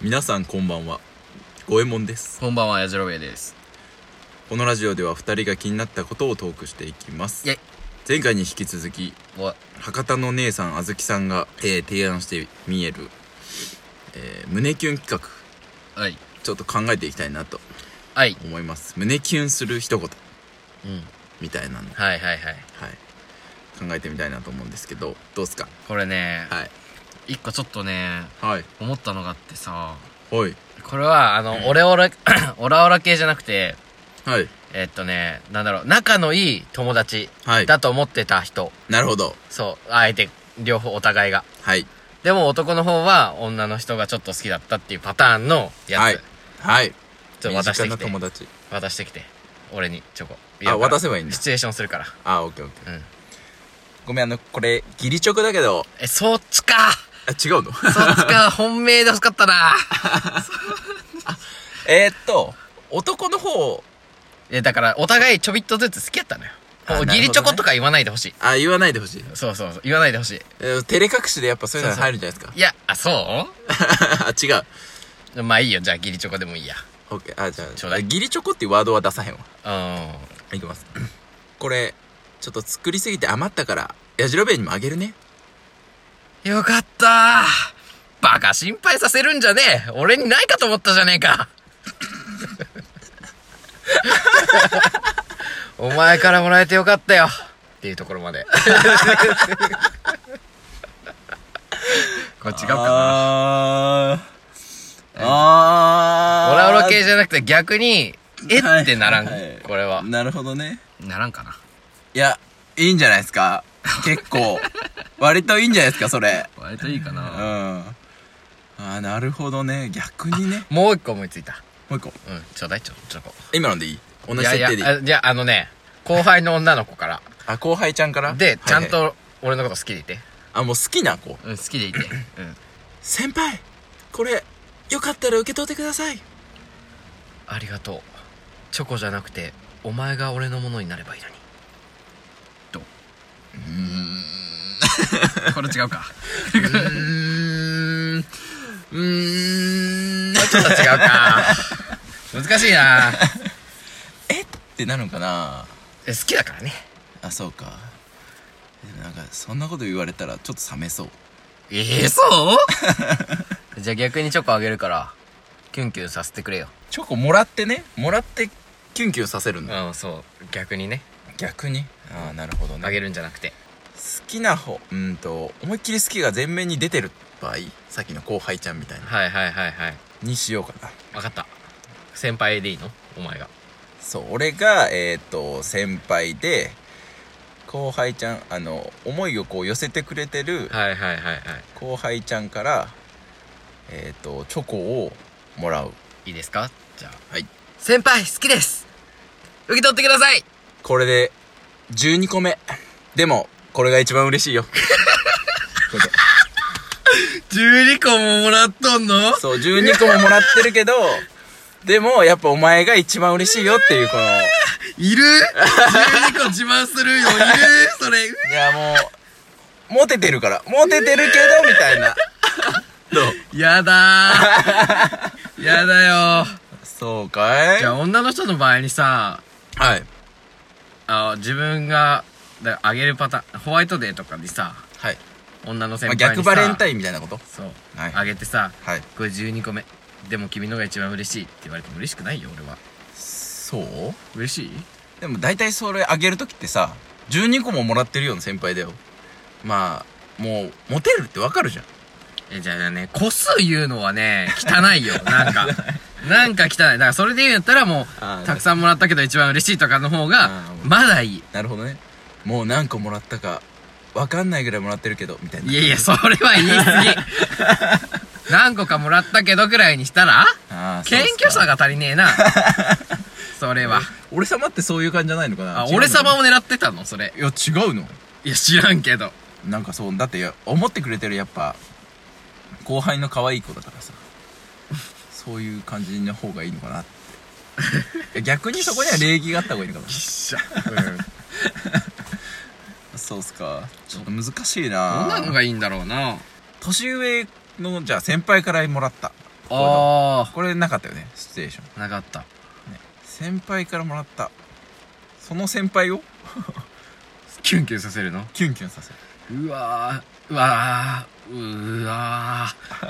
皆さんこんばんは、五右衛門です。 こんばんは、やじろべえです。 このラジオでは2人が気になったことをトークしていきます。前回に引き続き博多の姉さんあずきさんが、提案して見える、胸キュン企画、ちょっと考えていきたいなと思います。胸キュンする一言、みたいなの考えてみたいなと思うんですけど、どうすか？ これね、一個ちょっとね、思ったのがあってさ、これはオラオラ系じゃなくて、なんだろう、仲のいい友達だと思ってた人。 なるほど。 そう、相手両方お互いが。でも男の方は女の人がちょっと好きだったっていうパターンのやつ。ちょっと渡してきて。渡してきて。俺にチョコ。 渡せばいいんだ。 シチュエーションするから。 オッケーオッケー。ごめん、これ義理チョコだけど。 そっちか。 違うの？ そっちか。本命で欲しかったな。 男の方。 だからお互いちょびっとずつ好きやったのよ。義理チョコとか言わないでほしい。 言わないでほしい。 そう言わないでほしい。 照れ隠しでやっぱそういうの入るんじゃないですか。 いや、そう違う。まあいいよ、じゃあ義理チョコでもいいや。 オッケー。じゃあちょうだい。義理チョコっていうワードは出さへんわ。いきます。これちょっと作りすぎて余ったからやじろべえにもあげるね。 よかったー。バカ心配させるんじゃねえ。俺にないかと思ったじゃねえか。お前からもらえてよかったよっていうところまで。これ違うかな。オラオラ系じゃなくて逆にってならん、これは。なるほどね。 ならんかな。 いや、いいんじゃないですか。結構割といいんじゃないですか、それ。 割といいかな。 なるほどね。逆にね。 もう一個思いついた。 もう一個。 ちょうだい、ちょっと。 今のでいい？同じ設定でいい？ じゃあ後輩の女の子から。 後輩ちゃんから？ で、ちゃんと俺のこと好きでいて。 もう好きな子？ 好きでいて。 先輩、これよかったら受け取ってください。 ありがとう。チョコじゃなくてお前が俺のものになればいいのに。どう？これ違うか。ちょっと違うか。難しいな。 ってなるのかな。 好きだからね。 そうか。なんかそんなこと言われたらちょっと冷めそう。 そうじゃあ逆にチョコあげるからキュンキュンさせてくれよ。 チョコもらってキュンキュンさせるの？ そう、逆にね。 逆に？なるほどね。 あげるんじゃなくて、 好きな方、思いっきり好きが前面に出てる場合、さっきの後輩ちゃんみたいなにしようかな。 分かった。先輩でいいの？お前が。 そう、俺が先輩で、後輩ちゃん、思いをこう寄せてくれてる後輩ちゃんからチョコをもらう。 いいですか？じゃあ、先輩好きです、受け取ってください。 これで12個目。でもこれが一番嬉しいよ。 12個ももらっとんの？ そう、12個ももらってるけど、でもやっぱお前が一番嬉しいよっていう、このいる？ 12 個自慢するよ。いる？それ。 いや、もうモテてるけどみたいな。どう？ やだー。やだよ。 そうかい？ じゃあ女の人の場合にさ、自分があげるパターン、ホワイトデーとかにさ、女の先輩にさ、 逆バレンタインみたいなこと？ そう、あげてさ、これ12個目でも君のが一番嬉しいって言われても嬉しくないよ、俺は。 そう？ 嬉しい？ でも大体それあげるときってさ、12個ももらってるような先輩だよ。まあもうモテるってわかるじゃん。 じゃあね、個数言うのはね、汚いよ。なんか汚い。だからそれで言うんやったらもう、たくさんもらったけど一番嬉しいとかの方が、まだいい。 なるほどね。もう何個もらったか、わかんないぐらいもらってるけど、みたいな。 いや、それは言い過ぎ。何個かもらったけどくらいにしたら、謙虚さが足りねえな。それは。 俺様ってそういう感じじゃないのかな。 俺様を狙ってたのそれ？ いや、違うの？ いや、知らんけど。 なんかそう、だって思ってくれてるやっぱ、後輩の可愛い子だからさ、そういう感じの方がいいのかなって。逆にそこには礼儀があった方がいいのかな。そうっすか。ちょっと難しいな。 どんなのがいいんだろうな。 年上のじゃあ先輩からもらったあこれなかったよね、シチュエーション。 なかった、ね、 先輩からもらった。その先輩をキュンキュンさせるの？ キュンキュンさせる。 うわーうわーうわ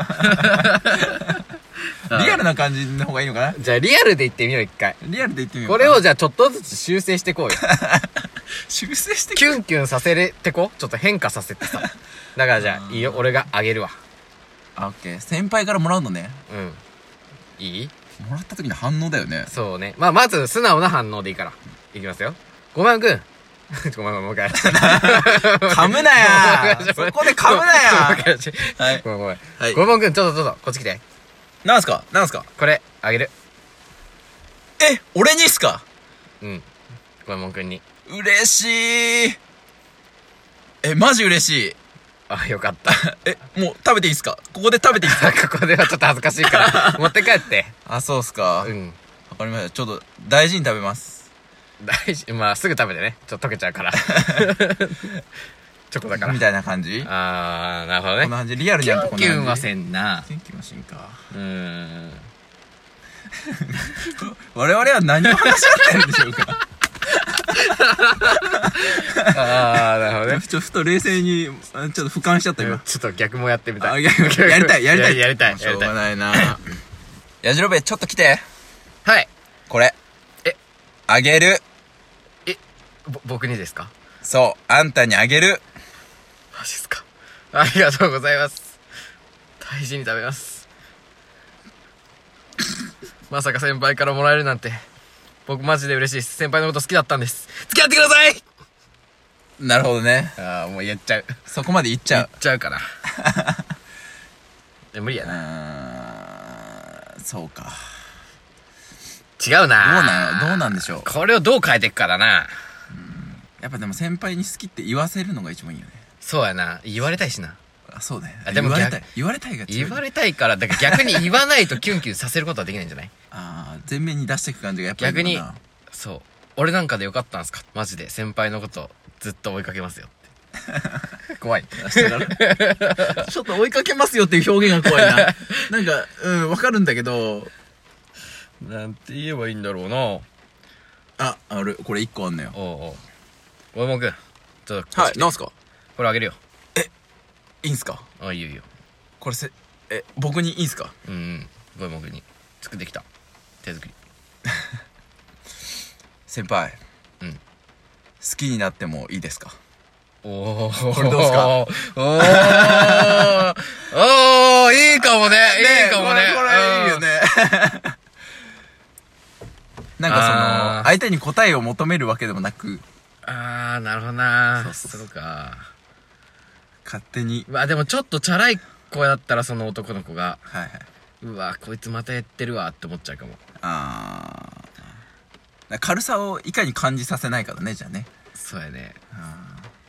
ーリアルな感じの方がいいのかな。 じゃあリアルで言ってみよう、一回。 リアルで言ってみよう。 これをじゃあちょっとずつ修正してこうよ。 修正してキュンキュンさせれてこ、ちょっと変化させてさ。だからじゃあいいよ、俺があげるわ。 あ、オッケー。先輩からもらうのね。 うん。いい？ もらった時の反応だよね。 そうね。まあまず素直な反応でいいから。いきますよ。5万くん。ごめん、もう一回。 噛むなやそこで噛むなやはい。ごめんごめん。はい。5万くん、ちょっと、こっち来て。 なんすかこれ、あげる。 俺にっすか？ うん。5万くんに。 嬉しい。マジ嬉しい。 あ、よかった。 もう食べていいっすか？ここで食べていいっすか？ ここではちょっと恥ずかしいから、持って帰って。 あ、そうっすか。 うん。 わかりました。ちょっと、大事に食べます。 まあ、すぐ食べてね。ちょっと溶けちゃうから。チョコだから。 みたいな感じ？ あー、なるほどね。 こんな感じ、リアルにやるとこんな感じ。 キュンキュンはせんな。 キュンキュンはしんか。我々は何を話し合ってるんでしょうか？ あー、なるほどね。 ちょっとふと冷静に、ちょっと俯瞰しちゃった今。 ちょっと逆もやってみたい。 やりたい。 しょうがないな。やじろべえ、ちょっと来て。 はい。 これ。あげる。 僕にですか？ そう、あんたにあげる。 マジっすか？ありがとうございます。大事に食べます。まさか先輩からもらえるなんて、僕マジで嬉しいです。先輩のこと好きだったんです。付き合ってください。 なるほどね。 ああ、もう言っちゃう。 そこまで言っちゃう。 言っちゃうから。無理やな。 そうか。 違うな。 どうなんでしょう。 これをどう変えていくかだな。 やっぱでも先輩に好きって言わせるのが一番いいよね。 そうやな。言われたいしな。 あ、そうだよ。 でも言われたいが言われたいから、だから逆に言わないとキュンキュンさせることはできないんじゃない？ ああ、前面に出していく感じがやっぱり逆に、そう。俺なんかでよかったんすか？マジで先輩のことずっと追いかけますよって。怖い。 ちょっと追いかけますよっていう表現が怖いな。なんか、わかるんだけど、 なんて言えばいいんだろうな。 俺、これ1個あんのよ。 おう。おいもんくん。ちょっと。 はい、なんすか？ これあげるよ。 いいんすか？ いいよ。 これ僕にいいんすか？ うん。ごいもんくんに。作ってきた。手作り。 先輩。 うん。 好きになってもいいですか？ おー。これどうすか？ いいかもね。いいかもね。 これいいよね。なんか相手に答えを求めるわけでもなく。 なるほどな。そうか。 勝手に。 でもちょっとチャラい子だったらその男の子が。 はいはい。 うわ、こいつまたやってるわって思っちゃうかも。 軽さをいかに感じさせないかだね、じゃあね。 そうやね。